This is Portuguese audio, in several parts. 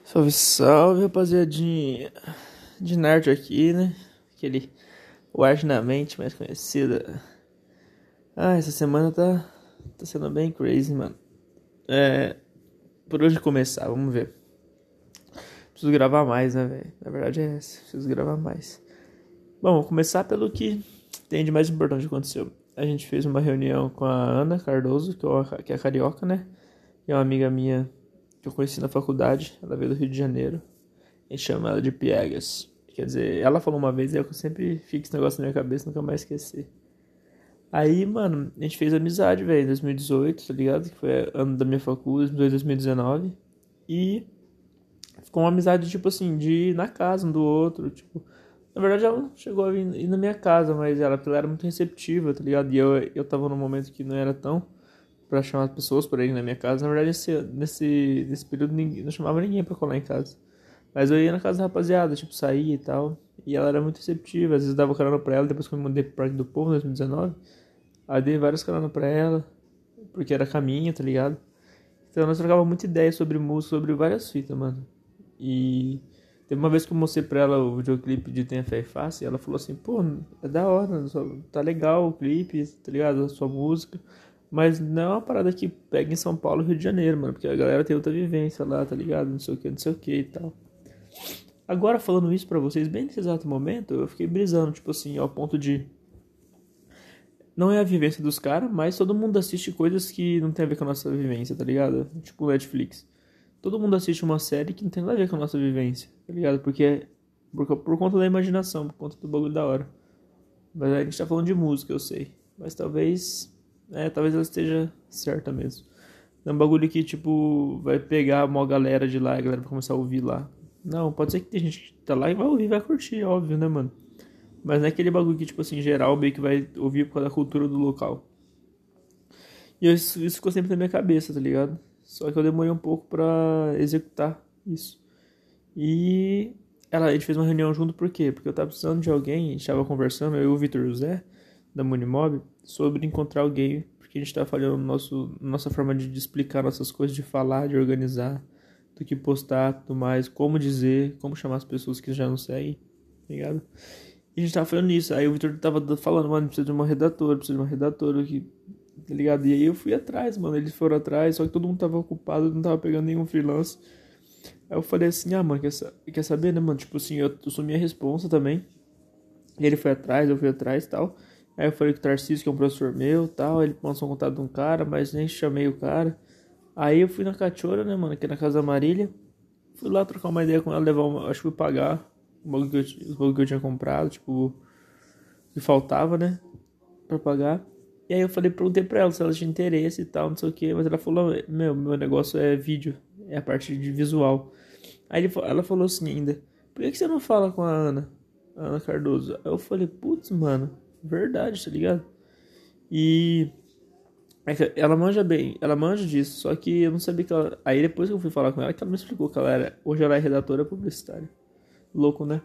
Salve, salve, rapaziadinha. De nerd aqui, né? Aquele o Arte na Mente mais conhecida. Essa semana tá sendo bem crazy, mano. É, por onde começar? Vamos ver. Preciso gravar mais, né, velho? Na verdade é essa, preciso gravar mais. Bom, vou começar pelo que tem de mais importante que aconteceu. A gente fez uma reunião com a Ana Cardoso, que é a carioca, né? Que é uma amiga minha que eu conheci na faculdade. Ela veio do Rio de Janeiro. A gente chama ela de Piegas. Quer dizer, ela falou uma vez e eu sempre fico esse negócio na minha cabeça, nunca mais esqueci. Aí, mano, a gente fez amizade, velho, em 2018, tá ligado? Que foi ano da minha faculdade, 2019. E ficou uma amizade, tipo assim, de ir na casa um do outro, tipo... Na verdade, ela não chegou a ir na minha casa, mas ela era muito receptiva, tá ligado? E eu tava num momento que não era tão pra chamar as pessoas pra ir na minha casa. Na verdade, nesse período, não chamava ninguém pra colar em casa. Mas eu ia na casa da rapaziada, tipo, saía e tal. E ela era muito receptiva. Às vezes dava carona pra ela, depois que eu me mudei pro Parque do Povo em 2019. Aí dei vários carona pra ela, porque era caminho, tá ligado? Então nós trocava muita ideia sobre música, sobre várias fitas, mano. E teve uma vez que eu mostrei pra ela o videoclipe de Tenha Fé e Faça, e ela falou assim, pô, é da hora, tá legal o clipe, tá ligado? A sua música. Mas não é uma parada que pega em São Paulo e Rio de Janeiro, mano. Porque a galera tem outra vivência lá, tá ligado? Não sei o que, não sei o que e tal. Agora, falando isso pra vocês, bem nesse exato momento, eu fiquei brisando, tipo assim, ao ponto de... Não é a vivência dos caras, mas todo mundo assiste coisas que não tem a ver com a nossa vivência, tá ligado? Tipo Netflix. Todo mundo assiste uma série que não tem nada a ver com a nossa vivência, tá ligado? Por conta da imaginação, por conta do bagulho da hora. Mas a gente tá falando de música, eu sei. Mas talvez... talvez ela esteja certa mesmo. É um bagulho que, tipo, vai pegar uma galera de lá e a galera vai começar a ouvir lá. Não, pode ser que tem gente que tá lá e vai ouvir, vai curtir, óbvio, né, mano? Mas não é aquele bagulho que, tipo assim, em geral, meio que vai ouvir por causa da cultura do local. E isso ficou sempre na minha cabeça, tá ligado? Só que eu demorei um pouco pra executar isso. E a gente fez uma reunião junto por quê? Porque eu tava precisando de alguém, a gente tava conversando, eu e o Vitor José, da Munimob, sobre encontrar alguém, porque a gente tava falhando no nossa forma de explicar nossas coisas, de falar, de organizar, do que postar, tudo mais, como dizer, como chamar as pessoas que já não seguem, tá ligado? E a gente tava falando nisso, aí o Vitor tava falando, mano, precisa de uma redatora aqui, tá ligado? E aí eu fui atrás, mano, eles foram atrás, só que todo mundo tava ocupado, não tava pegando nenhum freelance. Aí eu falei assim, mano, quer saber, né, mano? Tipo assim, eu sou minha responsa também. E ele foi atrás, eu fui atrás e tal. Aí eu falei com o Tarcísio, que é um professor meu tal. Ele passou um contato de um cara, mas nem chamei o cara. Aí eu fui na Cachorra, né, mano, aqui na Casa da Marília. Fui lá trocar uma ideia com ela, acho que fui pagar os bagulho que eu tinha comprado, tipo, o que faltava, né, pra pagar. E aí eu perguntei pra ela se ela tinha interesse e tal, não sei o que. Mas ela falou, meu negócio é vídeo, é a parte de visual. Aí ela falou assim ainda, por que você não fala com a Ana Cardoso? Aí eu falei, putz, mano, verdade, tá ligado? E ela manja bem, ela manja disso, só que eu não sabia que ela... Aí depois que eu fui falar com ela, que ela me explicou que hoje ela é redatora publicitária. Louco, né?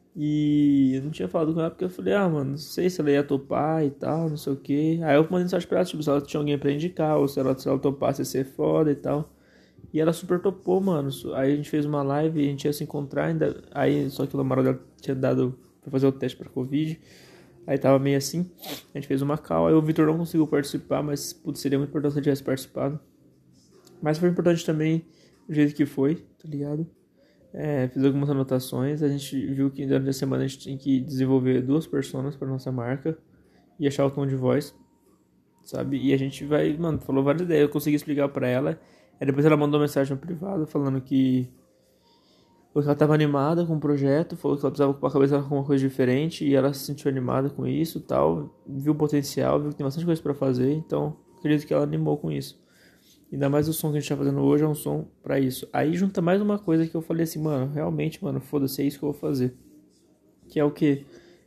E eu não tinha falado com ela porque eu falei, mano, não sei se ela ia topar e tal, não sei o que. Aí eu mandei mensagem pra ela, tipo, se ela tinha alguém pra indicar, ou se ela topasse ia ser foda e tal. E ela super topou, mano. Aí a gente fez uma live, a gente ia se encontrar ainda. Aí só que o namorado dela tinha dado pra fazer o teste pra Covid. Aí tava meio assim. A gente fez uma call. Aí o Vitor não conseguiu participar, mas putz, seria muito importante se ele tivesse participado. Mas foi importante também o jeito que foi, tá ligado? Fiz algumas anotações. A gente viu que durante a semana a gente tinha que desenvolver duas personas pra nossa marca e achar o tom de voz, sabe? E a gente vai, mano, falou várias ideias. Eu consegui explicar pra ela. Aí depois ela mandou mensagem no privado falando que ela tava animada com o projeto, falou que ela precisava ocupar a cabeça com uma coisa diferente e ela se sentiu animada com isso e tal, viu o potencial, viu que tem bastante coisa pra fazer, então acredito que ela animou com isso. Ainda mais o som que a gente tá fazendo hoje é um som pra isso. Aí junta mais uma coisa que eu falei assim, mano, realmente, mano, foda-se, é isso que eu vou fazer. Que é o quê?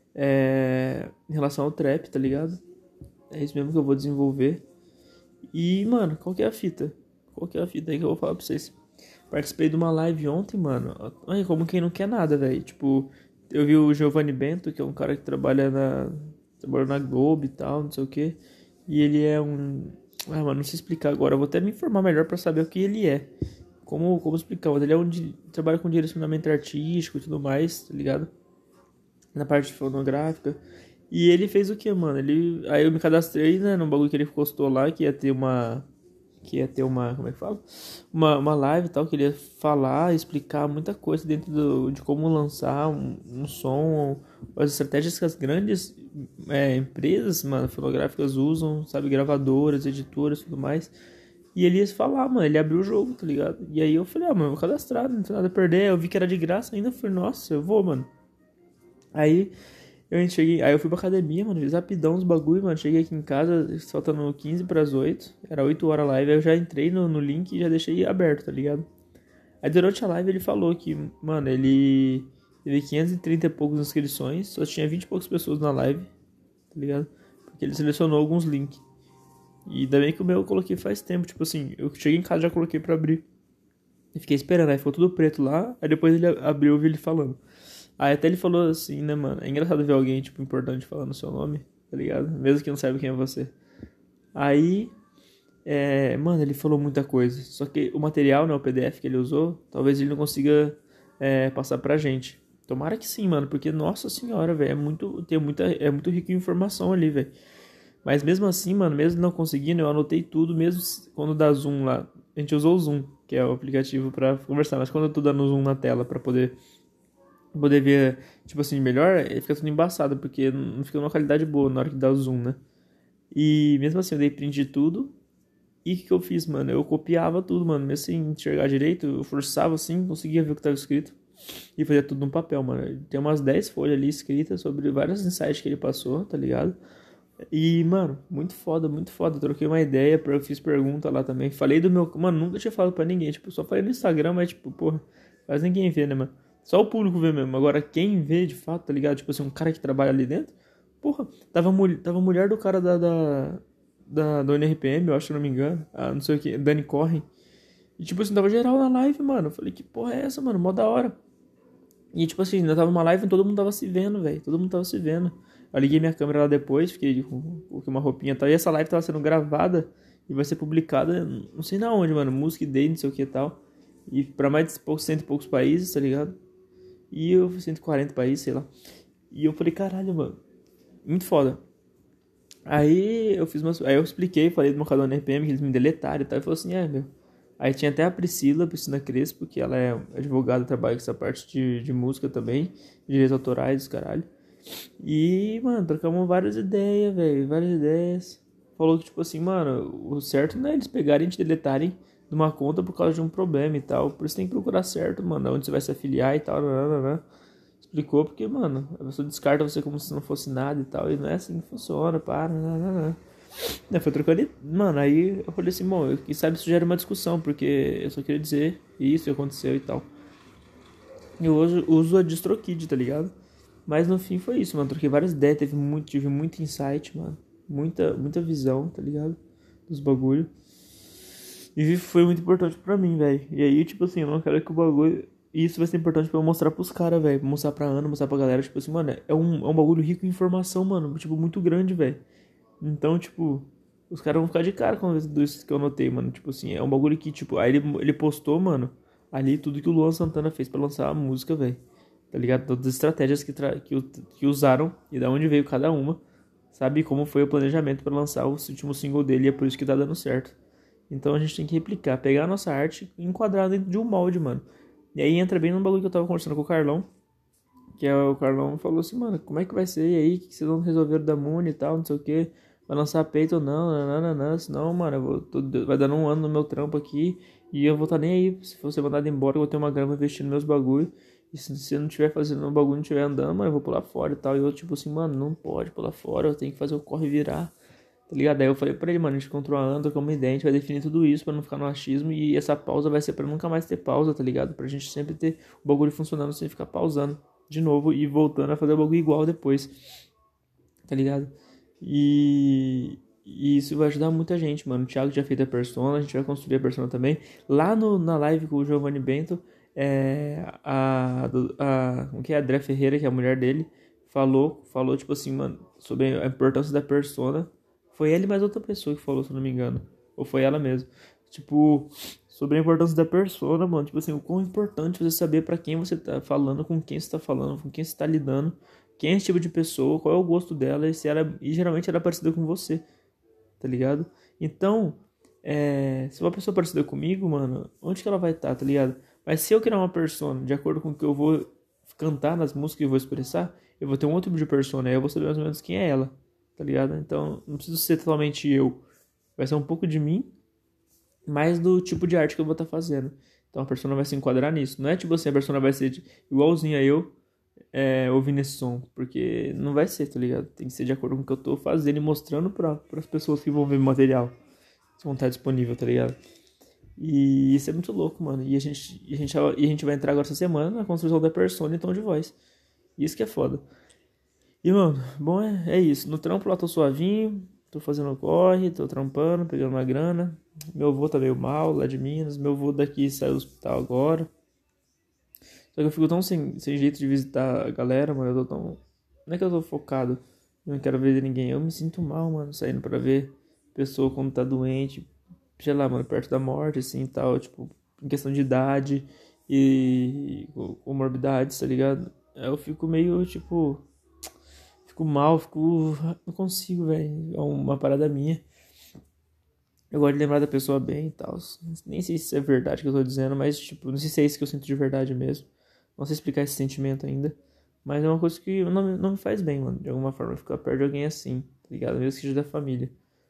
Em relação ao trap, tá ligado? É isso mesmo que eu vou desenvolver. E, mano, qual que é a fita? Qual que é a fita aí que eu vou falar pra vocês? Participei de uma live ontem, mano. Ai, como quem não quer nada, velho. Tipo, eu vi o Giovanni Bento, que é um cara que trabalha na Globo e tal, não sei o que. E ele é um... mano, não sei explicar agora. Eu vou até me informar melhor pra saber o que ele é. como explicar, mas ele trabalha com direcionamento artístico e tudo mais, tá ligado? Na parte fonográfica. E ele fez o que, mano? Aí eu me cadastrei, né, num bagulho que ele postou lá, como é que fala? Uma live e tal, que ele ia falar, explicar muita coisa dentro de como lançar um som, as estratégias que as grandes empresas, mano, fonográficas usam, sabe, gravadoras, editoras e tudo mais. E ele ia falar, mano, ele abriu o jogo, tá ligado? E aí eu falei, mano, eu vou cadastrar, não tem nada a perder. Eu vi que era de graça ainda, eu falei, nossa, eu vou, mano. Aí aí eu fui pra academia, mano, fiz rapidão os bagulho, mano. Cheguei aqui em casa, faltando 15 pras 8. Era 8 horas a live, aí eu já entrei no link e já deixei aberto, tá ligado? Aí durante a live ele falou que, mano, ele teve 530 e poucas inscrições, só tinha 20 e poucas pessoas na live, tá ligado? Porque ele selecionou alguns links. E ainda bem que o meu eu coloquei faz tempo, tipo assim, eu cheguei em casa e já coloquei pra abrir. E fiquei esperando, aí ficou tudo preto lá, aí depois ele abriu e vi ele falando. Aí até ele falou assim, né, mano, é engraçado ver alguém, tipo, importante falando o seu nome, tá ligado? Mesmo que não saiba quem é você. Aí, mano, ele falou muita coisa, só que o material, né, o PDF que ele usou, talvez ele não consiga passar pra gente. Tomara que sim, mano, porque, nossa senhora, velho, é muito rico em informação ali, velho. Mas mesmo assim, mano, mesmo não conseguindo, eu anotei tudo, mesmo quando dá zoom lá. A gente usou o Zoom, que é o aplicativo pra conversar, mas quando eu tô dando zoom na tela pra poder ver, tipo assim, melhor, fica tudo embaçado, porque não fica numa qualidade boa na hora que dá o zoom, né? E mesmo assim, eu dei print de tudo. E o que eu fiz, mano? Eu copiava tudo, mano, mesmo sem enxergar direito, eu forçava assim, conseguia ver o que tava escrito. E fazia tudo no papel, mano. Tem umas 10 folhas ali escritas sobre vários insights que ele passou, tá ligado? E, mano, muito foda, muito foda. Eu troquei uma ideia, eu fiz pergunta lá também. Falei do meu. Mano, nunca tinha falado pra ninguém. Tipo, só falei no Instagram, mas, tipo, porra, quase ninguém vê, né, mano? Só o público vê mesmo. Agora, quem vê de fato, tá ligado? Tipo assim, um cara que trabalha ali dentro. Porra, tava a mulher do cara da NRPM, eu acho, se não me engano. Ah, não sei o que, Dani Corren. E, tipo assim, tava geral na live, mano. Eu falei, que porra é essa, mano? Mó da hora. E tipo assim, ainda tava numa live e todo mundo tava se vendo, velho. Todo mundo tava se vendo. Eu liguei minha câmera lá depois, fiquei com uma roupinha e tal. E essa live tava sendo gravada e vai ser publicada, não sei na onde, mano. Music Day, não sei o que e tal. E pra mais de cento e poucos países, tá ligado? E eu 140 países, sei lá. E eu falei, caralho, mano. Muito foda. Aí eu expliquei, falei do meu canal no RPM, que eles me deletaram e tal. E falou assim, meu. Aí tinha até a Priscila Crespo, que ela é advogada, trabalha com essa parte de música também, direitos autorais, caralho. E, mano, trocamos várias ideias, velho, várias ideias. Falou que, tipo assim, mano, o certo não é eles pegarem e te deletarem de uma conta por causa de um problema e tal. Por isso tem que procurar certo, mano, onde você vai se afiliar e tal, nananana. Explicou porque, mano, a pessoa descarta você como se não fosse nada e tal, e não é assim que funciona, para, nananana. Foi trocando. Mano, aí eu falei assim, bom, quem sabe isso gera uma discussão, porque eu só queria dizer isso aconteceu e tal. Eu hoje uso a DistroKid, tá ligado? Mas no fim foi isso, mano. Troquei várias ideias, tive muito insight, mano. Muita visão, tá ligado? Dos bagulho. E foi muito importante pra mim, velho. E aí, tipo assim, eu não quero que o bagulho. E isso vai ser importante pra eu mostrar pros caras, velho. Mostrar pra Ana, mostrar pra galera. Tipo assim, mano, é um bagulho rico em informação, mano. Tipo, muito grande, velho. Então, tipo, os caras vão ficar de cara com isso que eu notei, mano. Tipo assim, é um bagulho que, tipo, aí ele postou, mano, ali tudo que o Luan Santana fez pra lançar a música, velho. Tá ligado? Todas as estratégias que usaram e da onde veio cada uma. Sabe como foi o planejamento pra lançar o último single dele e é por isso que tá dando certo. Então a gente tem que replicar, pegar a nossa arte e enquadrar dentro de um molde, mano. E aí entra bem num bagulho que eu tava conversando com o Carlão. Que é o Carlão falou assim, mano, como é que vai ser? E aí, o que vocês vão resolver da Muni e tal, não sei o que. Vai lançar peito ou não, nananana. Senão, mano, vai dando um ano no meu trampo aqui e eu vou estar nem aí. Se você mandado embora, eu vou ter uma grana investindo nos meus bagulho. E se você não estiver fazendo o bagulho, não estiver andando, mano, eu vou pular fora e tal. E eu, tipo assim, mano, não pode pular fora, eu tenho que fazer o corre virar. Tá ligado? Aí eu falei pra ele, mano, a gente encontrou a Andra como ideia, a gente vai definir tudo isso pra não ficar no achismo. E essa pausa vai ser pra nunca mais ter pausa, tá ligado? Pra gente sempre ter o bagulho funcionando sem ficar pausando de novo e voltando a fazer o bagulho igual depois, tá ligado? E isso vai ajudar muita gente, mano. O Thiago já fez a persona, a gente vai construir a persona também. Lá na live com o Giovanni Bento, o que é a André Ferreira, que é a mulher dele, falou, tipo assim, mano, sobre a importância da persona. Foi ele e mais outra pessoa que falou, se eu não me engano. Ou foi ela mesmo. Tipo, sobre a importância da persona, mano. Tipo assim, o quão importante você saber pra quem você tá falando, com quem você tá falando, com quem você tá lidando, quem é esse tipo de pessoa, qual é o gosto dela e se ela, e geralmente ela é parecida com você, tá ligado? Então, se uma pessoa é parecida comigo, mano, onde que ela vai estar, tá ligado? Mas se eu criar uma persona de acordo com o que eu vou cantar nas músicas e vou expressar, eu vou ter um outro tipo de persona, aí eu vou saber mais ou menos quem é ela, tá ligado? Então, não preciso ser totalmente eu. Vai ser um pouco de mim, mais do tipo de arte que eu vou estar fazendo. Então a persona vai se enquadrar nisso. Não é tipo assim, a persona vai ser igualzinha a eu ouvindo esse som. Porque não vai ser, tá ligado? Tem que ser de acordo com o que eu tô fazendo e mostrando para as pessoas que vão ver meu material. Que vão estar disponível, tá ligado? E isso é muito louco, mano. E a gente vai entrar agora essa semana na construção da persona e tom de voz. Isso que é foda. E, mano, bom, é isso. No trampo lá tô suavinho, tô fazendo corre, tô trampando, pegando uma grana. Meu avô tá meio mal, lá de Minas. Meu avô daqui saiu do hospital agora. Só que eu fico tão sem jeito de visitar a galera, mano. Eu tô tão. Não é que eu tô focado, eu não quero ver ninguém. Eu me sinto mal, mano, saindo pra ver pessoa quando tá doente, sei lá, mano, perto da morte, assim e tal. Tipo, em questão de idade e comorbidades, tá ligado? Aí eu fico meio, tipo. Fico mal, fico. Não consigo, velho. É uma parada minha. Eu gosto de lembrar da pessoa bem e tal. Nem sei se é verdade o que eu tô dizendo, mas, tipo, não sei se é isso que eu sinto de verdade mesmo. Não sei explicar esse sentimento ainda. Mas é uma coisa que não me faz bem, mano. De alguma forma, ficar perto de alguém assim, tá ligado? Mesmo que seja da família.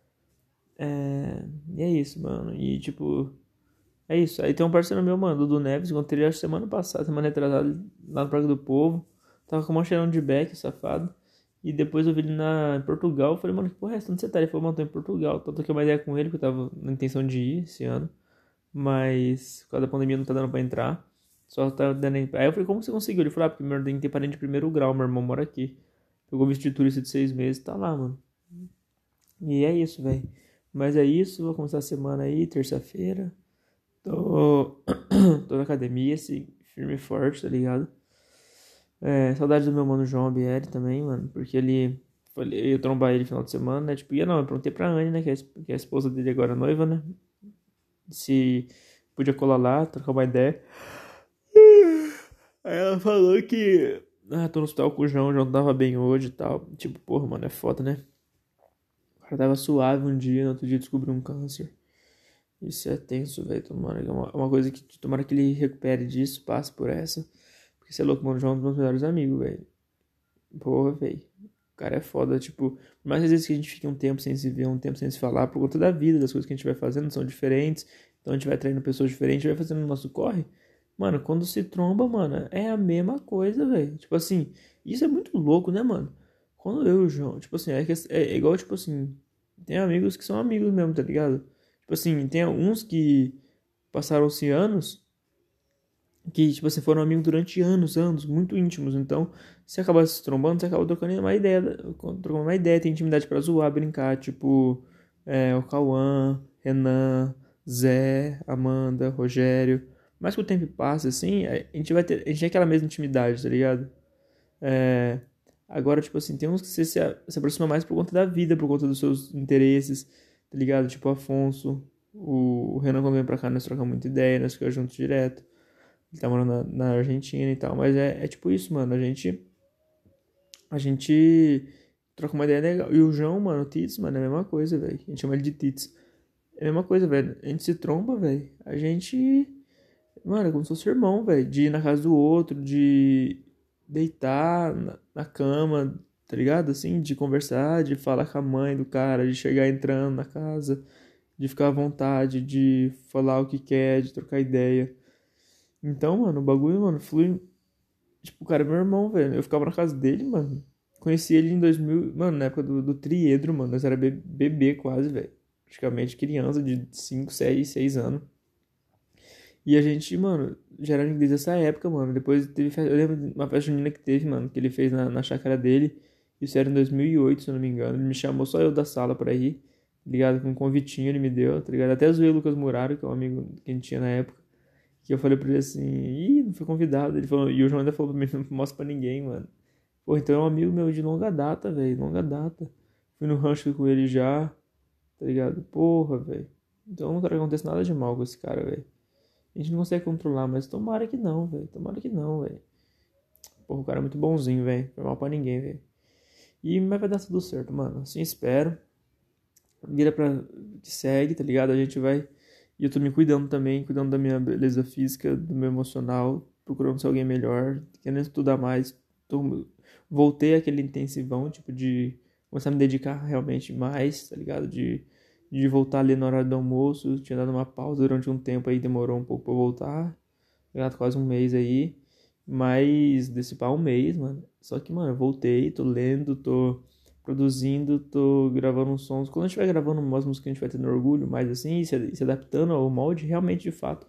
E é isso, mano. E, tipo, é isso. Aí tem um parceiro meu, mano, Dudu Neves. Encontrei ele acho semana passada, semana retrasada, lá no Parque do Povo. Tava com um cheirão de beck, safado. E depois eu vi ele em Portugal. Eu falei, mano, que porra é essa? Onde você tá? Ele falou, mano, tô em Portugal. Então eu troquei uma ideia com ele, porque eu tava na intenção de ir esse ano. Mas por causa da pandemia não tá dando pra entrar. Só tá dando. Aí eu falei, como você conseguiu? Ele falou, porque meu irmão tem parente de primeiro grau, meu irmão mora aqui. Pegou visto de turista de 6 meses, tá lá, mano. E é isso, velho. Mas é isso, vou começar a semana aí, terça-feira. Tô, tô na academia, assim, firme e forte, tá ligado? Saudade do meu mano João Bieri também, mano. Porque ele. Eu ia trombar ele no final de semana, né? Tipo, não, eu perguntei pra Anne, né? Que é a esposa dele agora, noiva, né? Se podia colar lá, trocar uma ideia. Aí ela falou que. Tô no hospital com o João tava bem hoje e tal. Tipo, porra, mano, é foda, né? O cara tava suave um dia, no outro dia descobriu um câncer. Isso é tenso, velho. Tomara que é uma coisa que. Tomara que ele recupere disso, passe por essa. Porque você é louco, mano. O João é um dos meus melhores amigos, velho. Porra, velho. O cara é foda, tipo, por mais às vezes que a gente fique um tempo sem se ver, um tempo sem se falar, por conta da vida, das coisas que a gente vai fazendo são diferentes, então a gente vai traindo pessoas diferentes, vai fazendo o nosso corre. Mano, quando se tromba, mano, é a mesma coisa, velho. Tipo assim, isso é muito louco, né, mano? Quando eu e o João, tipo assim, é igual, tipo assim, tem amigos que são amigos mesmo, tá ligado? Tipo assim, tem uns que passaram-se anos que, tipo assim, foram amigos durante anos, muito íntimos. Então, você acaba se trombando, você acaba trocando uma ideia, tem intimidade pra zoar, brincar. Tipo, o Cauã, Renan, Zé, Amanda, Rogério. Mas que o tempo passa, assim, a gente tem aquela mesma intimidade, tá ligado? É, agora, tipo assim, tem uns que você se aproxima mais por conta da vida, por conta dos seus interesses, tá ligado? Tipo, o Afonso, o Renan, quando vem pra cá, nós trocamos muita ideia, nós ficamos juntos direto. Ele tá morando na Argentina e tal. Mas é tipo isso, mano. A gente troca uma ideia legal. E o João, mano, o Tits, mano, é a mesma coisa, velho. A gente chama ele de Tits. É a mesma coisa, velho. A gente se tromba, velho. A gente. Mano, é como se fosse irmão, velho. De ir na casa do outro, de deitar na cama, tá ligado? Assim, de conversar, de falar com a mãe do cara, de chegar entrando na casa, de ficar à vontade, de falar o que quer, de trocar ideia. Então, mano, o bagulho, mano, flui. Tipo, o cara é meu irmão, velho. Eu ficava na casa dele, mano. Conheci ele em 2000, mano, na época do Triedro, mano. Nós era bebê quase, velho. Praticamente criança de 5 6 anos. E a gente, mano, já era desde essa época, mano. Depois teve festa, eu lembro de uma festa junina que teve, mano, que ele fez na chácara dele. Isso era em 2008, se eu não me engano. Ele me chamou só eu da sala pra ir, tá ligado? Com um convitinho ele me deu, tá ligado? Até zoei o Lucas Muraro, que é um amigo que a gente tinha na época. Que eu falei pra ele assim, não fui convidado. Ele falou, e o João ainda falou pra mim, não mostra pra ninguém, mano. Pô, então é um amigo meu de longa data, velho, longa data. Fui no rancho com ele já, tá ligado? Porra, velho. Então não quero que aconteça nada de mal com esse cara, velho. A gente não consegue controlar, mas tomara que não, velho. Tomara que não, velho. Porra, o cara é muito bonzinho, velho. Não foi mal pra ninguém, velho. Mas vai dar tudo certo, mano. Assim espero. Vira pra... Segue, tá ligado? A gente vai... E eu tô me cuidando também, cuidando da minha beleza física, do meu emocional, procurando ser alguém melhor, querendo estudar mais. Voltei àquele intensivão, tipo, de começar a me dedicar realmente mais, tá ligado? De voltar ali na hora do almoço. Tinha dado uma pausa durante um tempo aí, demorou um pouco pra eu voltar, tá ligado? Quase um mês aí. Mas desse pá um mês, mano. Só que, mano, eu voltei, tô lendo, tô produzindo, tô gravando uns sons. Quando a gente vai gravando umas músicas que a gente vai tendo orgulho mais assim, se adaptando ao molde, realmente, de fato,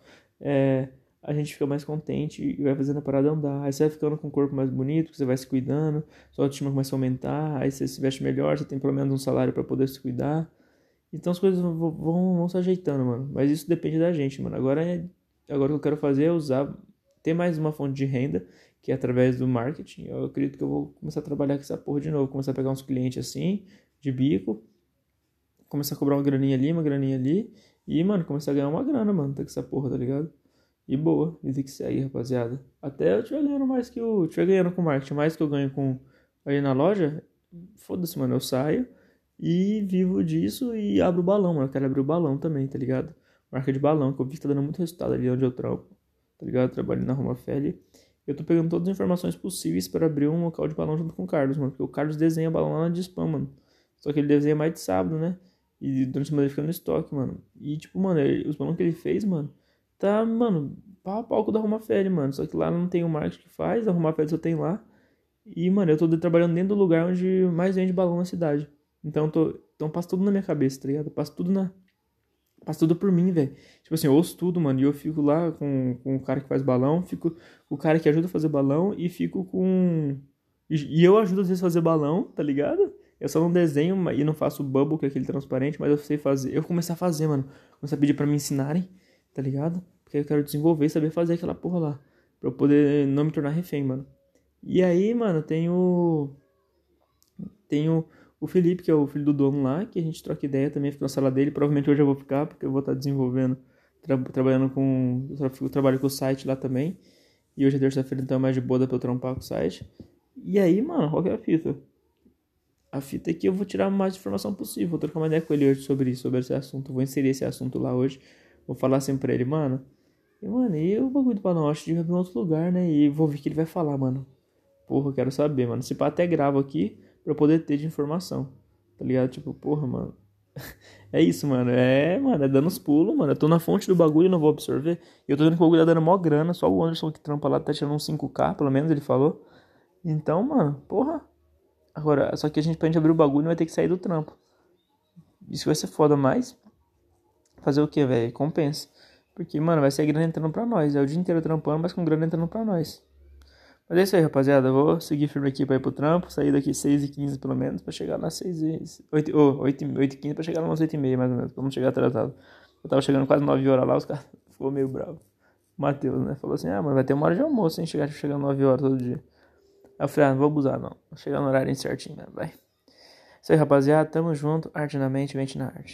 a gente fica mais contente e vai fazendo a parada andar. Aí você vai ficando com o corpo mais bonito, você vai se cuidando, sua autoestima começa a aumentar, aí você se veste melhor, você tem pelo menos um salário pra poder se cuidar. Então as coisas vão se ajeitando, mano. Mas isso depende da gente, mano. Agora o que eu quero fazer é ter mais uma fonte de renda, que é através do marketing. Eu acredito que eu vou começar a trabalhar com essa porra de novo. Começar a pegar uns clientes assim, de bico. Começar a cobrar uma graninha ali, uma graninha ali. E, mano, começar a ganhar uma grana, mano. Tá com essa porra, tá ligado? E boa, vida que segue, rapaziada. Até eu estiver ganhando mais que eu... Estiver ganhando com marketing, mais que eu ganho com... Aí na loja, foda-se, mano. Eu saio e vivo disso e abro o balão, mano. Eu quero abrir o balão também, tá ligado? Marca de balão, que eu vi que tá dando muito resultado ali onde eu trampo, tá ligado? Trabalhando na Roma Feli. Eu tô pegando todas as informações possíveis para abrir um local de balão junto com o Carlos, mano. Porque o Carlos desenha balão lá de spam, mano. Só que ele desenha mais de sábado, né? E durante a semana ele fica no estoque, mano. E tipo, mano, os balões que ele fez, mano, tá, mano, pau a pau com o da Roma Feli, mano. Só que lá não tem o marketing que faz, a Roma Feli só tem lá. E, mano, eu tô trabalhando dentro do lugar onde mais vende balão na cidade. Então passa tudo na minha cabeça, tá ligado? Passa tudo por mim, velho. Tipo assim, eu ouço tudo, mano. E eu fico lá com o cara que faz balão, fico com o cara que ajuda a fazer balão e fico com. E eu ajudo às vezes a fazer balão, tá ligado? Eu só não desenho e não faço bubble, que é aquele transparente, mas eu sei fazer. Eu comecei a fazer, mano. Comecei a pedir pra me ensinarem, tá ligado? Porque eu quero desenvolver e saber fazer aquela porra lá. Pra eu poder não me tornar refém, mano. E aí, mano, tenho o Felipe, que é o filho do dono lá, que a gente troca ideia também, fica na sala dele. Provavelmente hoje eu vou ficar, porque eu vou estar desenvolvendo, trabalhando com... Eu trabalho com o site lá também. E hoje é terça-feira, então é mais de boa pra eu trampar com o site. E aí, mano, qual que é a fita? A fita é que eu vou tirar mais informação possível. Vou trocar uma ideia com ele hoje sobre isso, sobre esse assunto. Vou inserir esse assunto lá hoje. Vou falar assim pra ele, mano. E o bagulho do balão? Acho que devia abrir em outro lugar, né? E vou ver o que ele vai falar, mano. Porra, eu quero saber, mano. Se pá, até gravo aqui pra eu poder ter de informação. Tá ligado? Tipo, porra, mano. É isso, mano. Mano, é dando os pulos, mano. Eu tô na fonte do bagulho e não vou absorver. E eu tô vendo que o bagulho tá dando mó grana. Só o Anderson que trampa lá tá tirando uns 5K, pelo menos ele falou. Então, mano, porra. Agora, só que pra gente abrir o bagulho vai ter que sair do trampo. Isso vai ser foda, mas fazer o que, velho? Compensa. Porque, mano, vai ser grana entrando pra nós. É o dia inteiro trampando, mas com grana entrando pra nós. Mas é isso aí, rapaziada. Eu vou seguir firme aqui pra ir pro trampo. Sair daqui 6h15 pelo menos, pra chegar nas 8h15 pra chegar nas 8h30 mais ou menos. Pra não chegar atrasado. Eu tava chegando quase 9 horas lá, os caras ficou meio bravo. O Matheus, né? Falou assim, mas vai ter uma hora de almoço, hein? Chegar 9 horas todo dia. Aí eu falei, não vou abusar não. Vou chegar no horário certinho, né? Vai. Isso aí, rapaziada. Tamo junto. Arte na mente, mente na arte.